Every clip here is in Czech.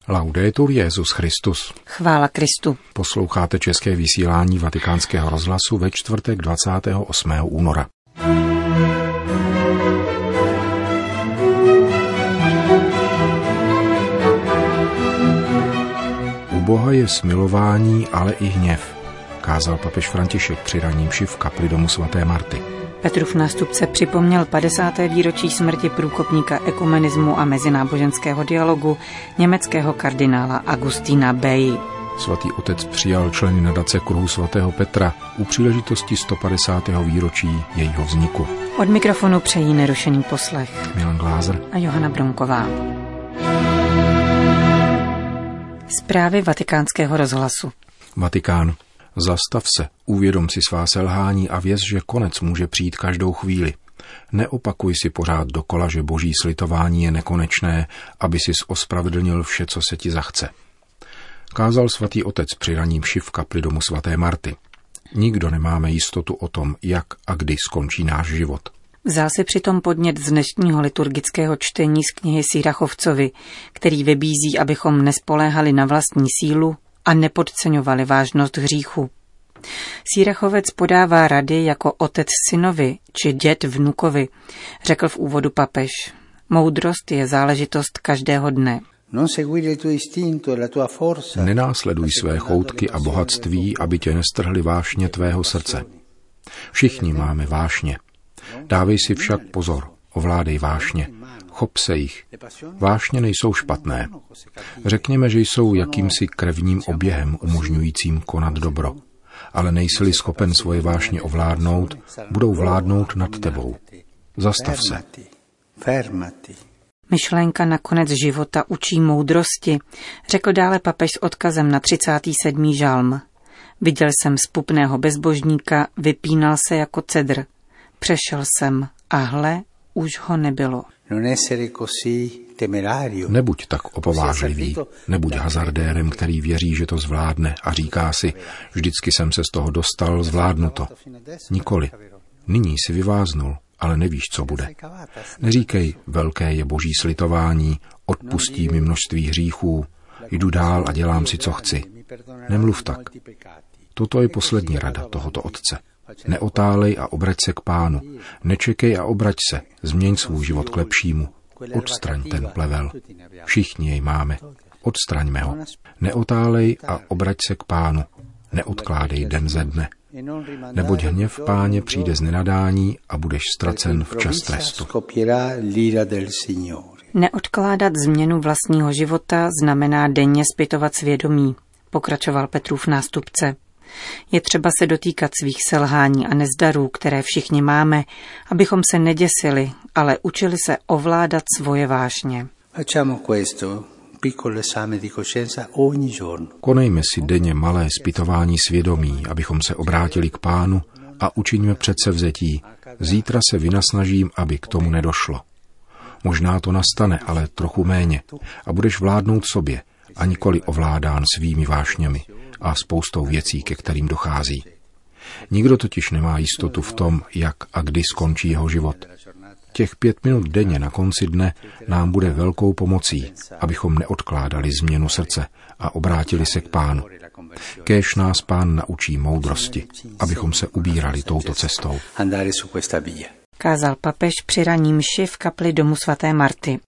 Laudetur Jesus Christus. Chvála Kristu. Posloucháte české vysílání Vatikánského rozhlasu ve čtvrtek 28. února. U Boha je smilování, ale i hněv, kázal papež František při ranní mši v kapli domu svaté Marty. Petrův nástupce připomněl 50. výročí smrti průkopníka ekumenismu a mezináboženského dialogu německého kardinála Augustina Beyi. Svatý otec přijal členy nadace Kruhu svatého Petra u příležitosti 150. výročí jejího vzniku. Od mikrofonu přejí nerušený poslech Milan Glázer a Johana Bronková. Zprávy Vatikánského rozhlasu. Vatikán. Zastav se, uvědom si svá selhání a věz, že konec může přijít každou chvíli. Neopakuj si pořád dokola, že boží slitování je nekonečné, aby sis ospravedlnil vše, co se ti zachce. Kázal svatý otec při ranní mši v kapli domu svaté Marty. Nikdo nemáme jistotu o tom, jak a kdy skončí náš život. Vzal si přitom podnět z dnešního liturgického čtení z knihy Sýrachovcovi, který vybízí, abychom nespoléhali na vlastní sílu a nepodceňovali vážnost hříchu. Sýrachovec podává rady jako otec synovi či děd vnukovi, řekl v úvodu papež. Moudrost je záležitost každého dne. Nenásleduj své choutky a bohatství, aby tě nestrhly vášně tvého srdce. Všichni máme vášně. Dávej si však pozor, ovládej vášně. Chop se jich. Vášně nejsou špatné. Řekněme, že jsou jakýmsi krevním oběhem umožňujícím konat dobro. Ale nejsi-li schopen svoje vášně ovládnout, budou vládnout nad tebou. Zastav se. Myšlenka na konec života učí moudrosti, řekl dále papež s odkazem na 37. žalm. Viděl jsem zpupného bezbožníka, vypínal se jako cedr. Přešel jsem a hle, už ho nebylo. Nebuď tak opovážlivý, nebuď hazardérem, který věří, že to zvládne a říká si, vždycky jsem se z toho dostal, zvládnu to. Nikoli. Nyní si vyváznul, ale nevíš, co bude. Neříkej, velké je boží slitování, odpustí mi množství hříchů, jdu dál a dělám si, co chci. Nemluv tak. Toto je poslední rada tohoto otce. Neotálej a obrať se k Pánu. Nečekej a obrať se. Změň svůj život k lepšímu. Odstraň ten plevel. Všichni jej máme. Odstraňme ho. Neotálej a obrať se k Pánu. Neodkládej den ze dne. Neboť hněv Páně přijde z nenadání a budeš ztracen včas trestu. Neodkládat změnu vlastního života znamená denně zpytovat svědomí, pokračoval Petrův nástupce. Je třeba se dotýkat svých selhání a nezdarů, které všichni máme, abychom se neděsili, ale učili se ovládat svoje vášně. Konejme si denně malé zpytování svědomí, abychom se obrátili k Pánu a učiňme předsevzetí. Zítra se vynasnažím, aby k tomu nedošlo. Možná to nastane, ale trochu méně a budeš vládnout sobě a nikoli ovládán svými vášněmi a spoustou věcí, ke kterým dochází. Nikdo totiž nemá jistotu v tom, jak a kdy skončí jeho život. Těch 5 minut denně na konci dne nám bude velkou pomocí, abychom neodkládali změnu srdce a obrátili se k Pánu. Kéž nás Pán naučí moudrosti, abychom se ubírali touto cestou. Kázal papež při ranní mši v kapli domu svaté Marty.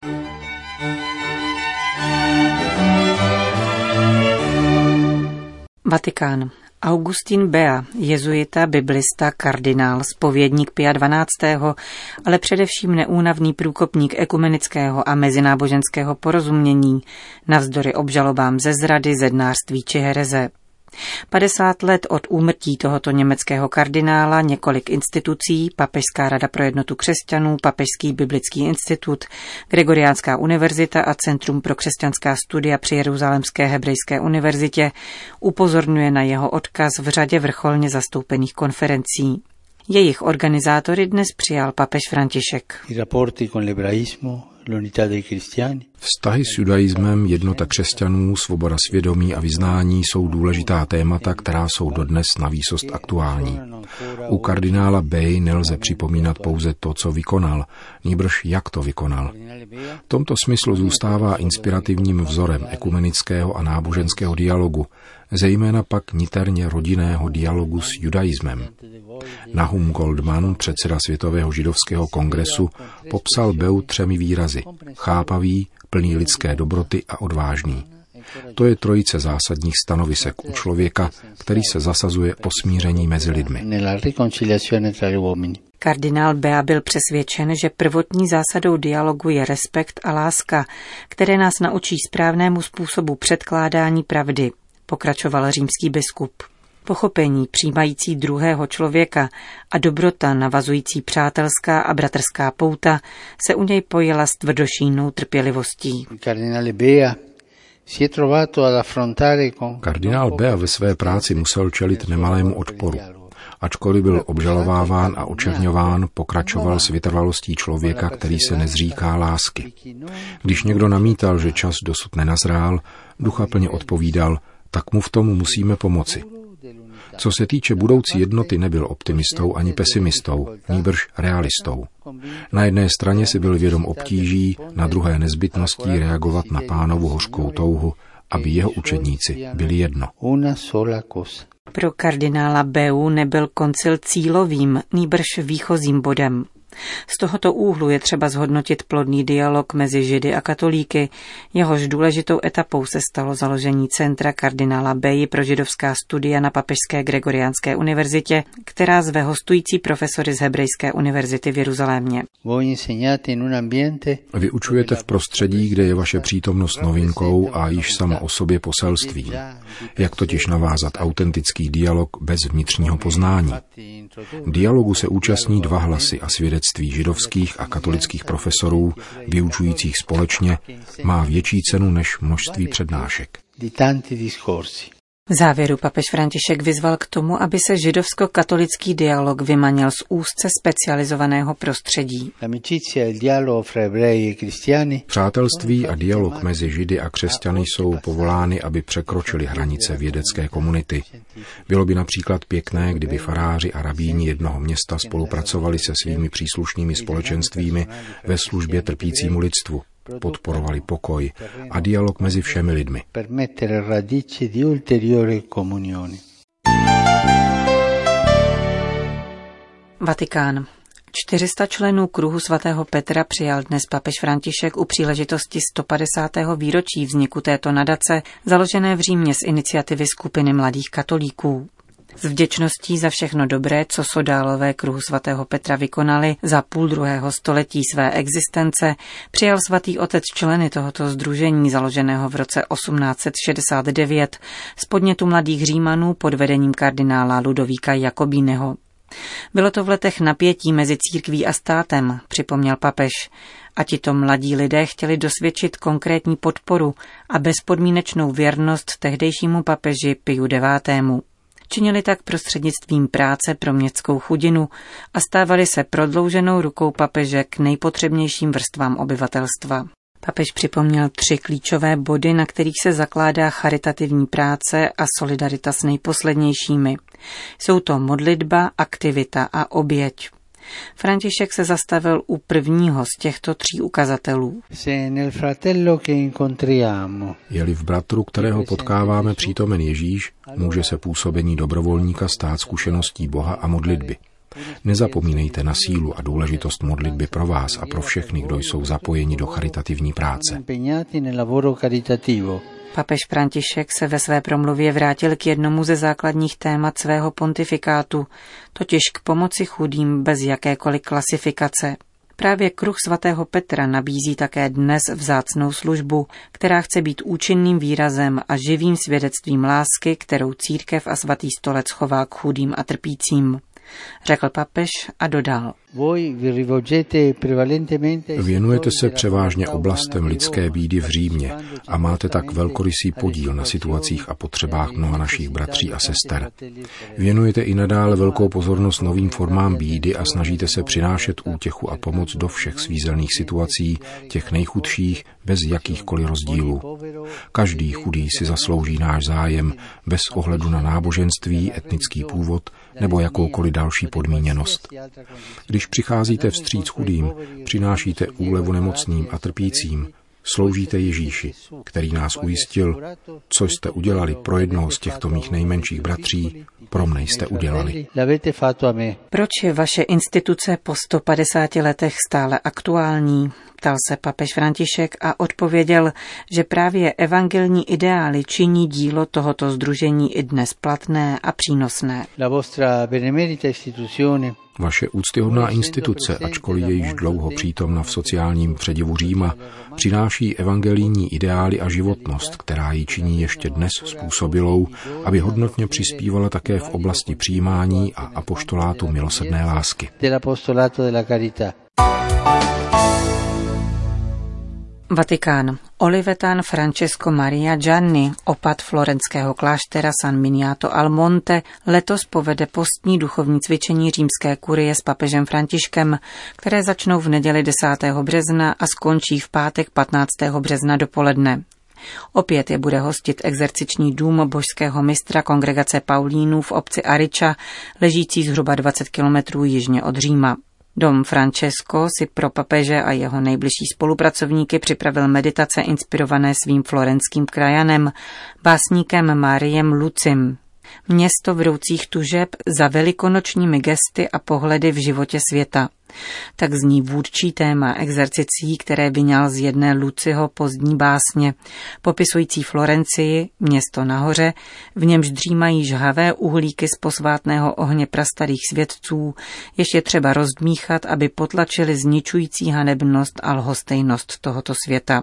Vatikán. Augustin Bea, jezuita, biblista, kardinál, zpovědník Pia XII., ale především neúnavný průkopník ekumenického a mezináboženského porozumění, navzdory obžalobám ze zrady, zednářství či hereze. 50 let od úmrtí tohoto německého kardinála několik institucí, Papežská rada pro jednotu křesťanů, Papežský biblický institut, Gregoriánská univerzita a Centrum pro křesťanská studia při Jeruzalémské hebrejské univerzitě upozorňuje na jeho odkaz v řadě vrcholně zastoupených konferencí. Jejich organizátory dnes přijal papež František. Vztahy s judaismem, jednota křesťanů, svoboda svědomí a vyznání jsou důležitá témata, která jsou dodnes navýsost aktuální. U kardinála Bey nelze připomínat pouze to, co vykonal, nýbrž jak to vykonal. V tomto smyslu zůstává inspirativním vzorem ekumenického a náboženského dialogu, zejména pak niterně rodinného dialogu s judaismem. Nahum Goldman, předseda Světového židovského kongresu, popsal Beu 3 výrazy: chápavý, plný lidské dobroty a odvážný. To je trojice zásadních stanovisek u člověka, který se zasazuje o smíření mezi lidmi. Kardinál Bea byl přesvědčen, že prvotní zásadou dialogu je respekt a láska, které nás naučí správnému způsobu předkládání pravdy, pokračoval římský biskup. Pochopení přijímající druhého člověka a dobrota navazující přátelská a bratrská pouta se u něj pojila s tvrdošínnou trpělivostí. Kardinál Bea ve své práci musel čelit nemalému odporu. Ačkoliv byl obžalováván a očerňován, pokračoval s vytrvalostí člověka, který se nezříká lásky. Když někdo namítal, že čas dosud nenazrál, duchaplně odpovídal: tak mu v tom musíme pomoci. Co se týče budoucí jednoty, nebyl optimistou ani pesimistou, nýbrž realistou. Na jedné straně si byl vědom obtíží, na druhé nezbytností reagovat na Pánovu hořkou touhu, aby jeho učedníci byli jedno. Pro kardinála Beu nebyl koncil cílovým, nýbrž výchozím bodem. Z tohoto úhlu je třeba zhodnotit plodný dialog mezi Židy a katolíky, jehož důležitou etapou se stalo založení centra kardinála Beji pro židovská studia na Papežské Gregoriánské univerzitě, která zve hostující profesory z Hebrejské univerzity v Jeruzalémě. Vyučujete v prostředí, kde je vaše přítomnost novinkou a již sama o sobě poselstvím. Jak totiž navázat autentický dialog bez vnitřního poznání? Dialogu se účastní 2 hlasy a svědectví židovských a katolických profesorů, vyučujících společně, má větší cenu než množství přednášek. V závěru papež František vyzval k tomu, aby se židovsko-katolický dialog vymanil z úzce specializovaného prostředí. Přátelství a dialog mezi Židy a křesťany jsou povolány, aby překročili hranice vědecké komunity. Bylo by například pěkné, kdyby faráři a rabíni jednoho města spolupracovali se svými příslušnými společenstvími ve službě trpícímu lidstvu. Podporovali pokoj a dialog mezi všemi lidmi. Vatikán. 400 členů kruhu svatého Petra přijal dnes papež František u příležitosti 150. výročí vzniku této nadace, založené v Římě z iniciativy skupiny mladých katolíků. S vděčností za všechno dobré, co sodálové kruhu svatého Petra vykonali za 2. století své existence, přijal svatý otec členy tohoto sdružení založeného v roce 1869 z podnětu mladých Římanů pod vedením kardinála Ludovíka Jakobíneho. Bylo to v letech napětí mezi církví a státem, připomněl papež, a tito mladí lidé chtěli dosvědčit konkrétní podporu a bezpodmínečnou věrnost tehdejšímu papeži Piu IX. Činili tak prostřednictvím práce pro městskou chudinu a stávali se prodlouženou rukou papeže k nejpotřebnějším vrstvám obyvatelstva. Papež připomněl 3 klíčové body, na kterých se zakládá charitativní práce a solidarita s nejposlednějšími. Jsou to modlitba, aktivita a oběť. František se zastavil u prvního z těchto 3 ukazatelů. Je-li v bratru, kterého potkáváme, přítomen Ježíš, může se působení dobrovolníka stát zkušeností Boha a modlitby. Nezapomínejte na sílu a důležitost modlitby pro vás a pro všechny, kdo jsou zapojeni do charitativní práce. Papež František se ve své promluvě vrátil k jednomu ze základních témat svého pontifikátu, totiž k pomoci chudým bez jakékoliv klasifikace. Právě kruh svatého Petra nabízí také dnes vzácnou službu, která chce být účinným výrazem a živým svědectvím lásky, kterou církev a svatý stolec chová k chudým a trpícím. řekl papež a dodal. Věnujete se převážně oblastem lidské bídy v Římě a máte tak velkorysý podíl na situacích a potřebách mnoha našich bratří a sester. Věnujete i nadále velkou pozornost novým formám bídy a snažíte se přinášet útěchu a pomoc do všech svízelných situací, těch nejchudších, bez jakýchkoliv rozdílů. Každý chudý si zaslouží náš zájem, bez ohledu na náboženství, etnický původ nebo jakoukoliv další podmíněnost. Když přicházíte vstříc chudým, přinášíte úlevu nemocným a trpícím, sloužíte Ježíši, který nás ujistil, co jste udělali pro jednoho z těchto mých nejmenších bratří, pro mne jste udělali. Proč je vaše instituce po 150 letech stále aktuální? Ptal se papež František a odpověděl, že právě evangelní ideály činí dílo tohoto sdružení i dnes platné a přínosné. Vaše úctyhodná instituce, ačkoliv je již dlouho přítomna v sociálním předivu Říma, přináší evangelijní ideály a životnost, která ji činí ještě dnes způsobilou, aby hodnotně přispívala také v oblasti přijímání a apoštolátu milosrdné lásky. Vatikán. Olivetan Francesco Maria Gianni, opat florenského kláštera San Miniato al Monte, letos povede postní duchovní cvičení římské kurie s papežem Františkem, které začnou v neděli 10. března a skončí v pátek 15. března dopoledne. Opět je bude hostit exerciční dům božského mistra kongregace Paulínů v obci Ariča, ležící zhruba 20 kilometrů jižně od Říma. Dom Francesco si pro papeže a jeho nejbližší spolupracovníky připravil meditace inspirované svým florenským krajanem, básníkem Mariem Lucim. Město vroucích tužeb za velikonočními gesty a pohledy v životě světa. Tak zní vůdčí téma exercicí, které vyňal z jedné Luciho pozdní básně, popisující Florencii, město nahoře, v němž dřímají žhavé uhlíky z posvátného ohně prastarých světců, ještě třeba rozdmíchat, aby potlačili zničující hanebnost a lhostejnost tohoto světa.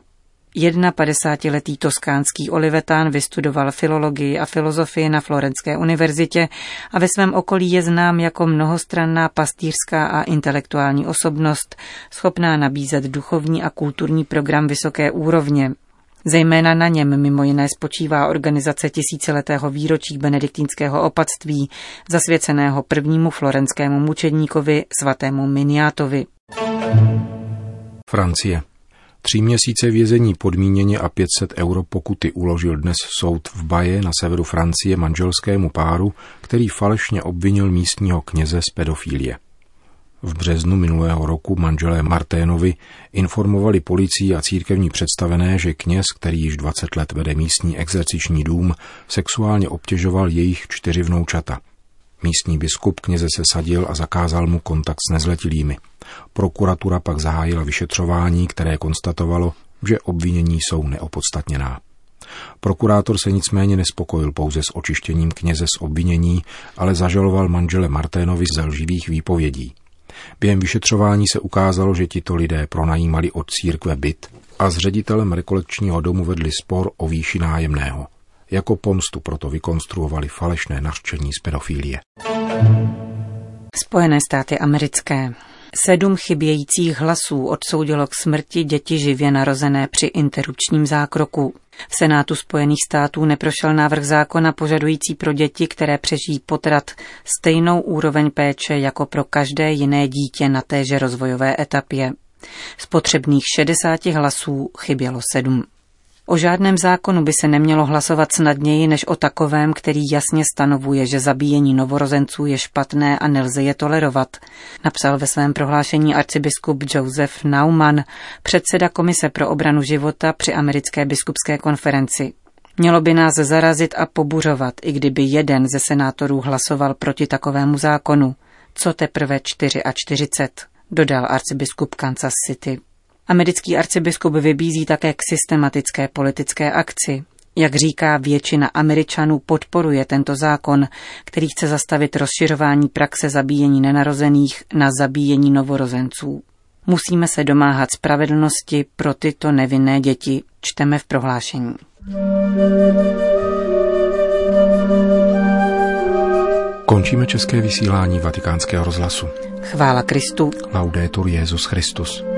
51letý toskánský Olivetán vystudoval filologii a filozofii na Florenské univerzitě a ve svém okolí je znám jako mnohostranná pastýřská a intelektuální osobnost, schopná nabízet duchovní a kulturní program vysoké úrovně. Zejména na něm mimo jiné spočívá organizace tisíciletého výročí benediktínského opatství, zasvěceného prvnímu florenskému mučedníkovi svatému Miniatovi. Francie. 3 měsíce vězení podmíněně a 500 euro pokuty uložil dnes soud v Baye na severu Francie manželskému páru, který falešně obvinil místního kněze z pedofilie. V březnu minulého roku manželé Marténovi informovali policii a církevní představené, že kněz, který již 20 let vede místní exerciční dům, sexuálně obtěžoval jejich 4 vnoučata. Místní biskup kněze sesadil a zakázal mu kontakt s nezletilými. Prokuratura pak zahájila vyšetřování, které konstatovalo, že obvinění jsou neopodstatněná. Prokurátor se nicméně nespokojil pouze s očištěním kněze z obvinění, ale zažaloval manžele Marténovi ze lživých výpovědí. Během vyšetřování se ukázalo, že tito lidé pronajímali od církve byt a s ředitelem rekolekčního domu vedli spor o výši nájemného. Jako pomstu proto vykonstruovali falešné nařčení z pedofilie. Spojené státy americké. 7 chybějících hlasů odsoudilo k smrti děti živě narozené při interrupčním zákroku. V Senátu Spojených států neprošel návrh zákona požadující pro děti, které přežijí potrat, stejnou úroveň péče jako pro každé jiné dítě na téže rozvojové etapě. Z potřebných 60 hlasů chybělo 7. O žádném zákonu by se nemělo hlasovat snadněji než o takovém, který jasně stanovuje, že zabíjení novorozenců je špatné a nelze je tolerovat, napsal ve svém prohlášení arcibiskup Joseph Naumann, předseda Komise pro obranu života při americké biskupské konferenci. Mělo by nás zarazit a pobuřovat, i kdyby jeden ze senátorů hlasoval proti takovému zákonu. Co teprve 44, dodal arcibiskup Kansas City. Americký arcibiskup vybízí také k systematické politické akci. Jak říká, většina Američanů podporuje tento zákon, který chce zastavit rozšiřování praxe zabíjení nenarozených na zabíjení novorozenců. Musíme se domáhat spravedlnosti pro tyto nevinné děti, čteme v prohlášení. Končíme české vysílání Vatikánského rozhlasu. Chvála Kristu. Laudetur Jesus Christus.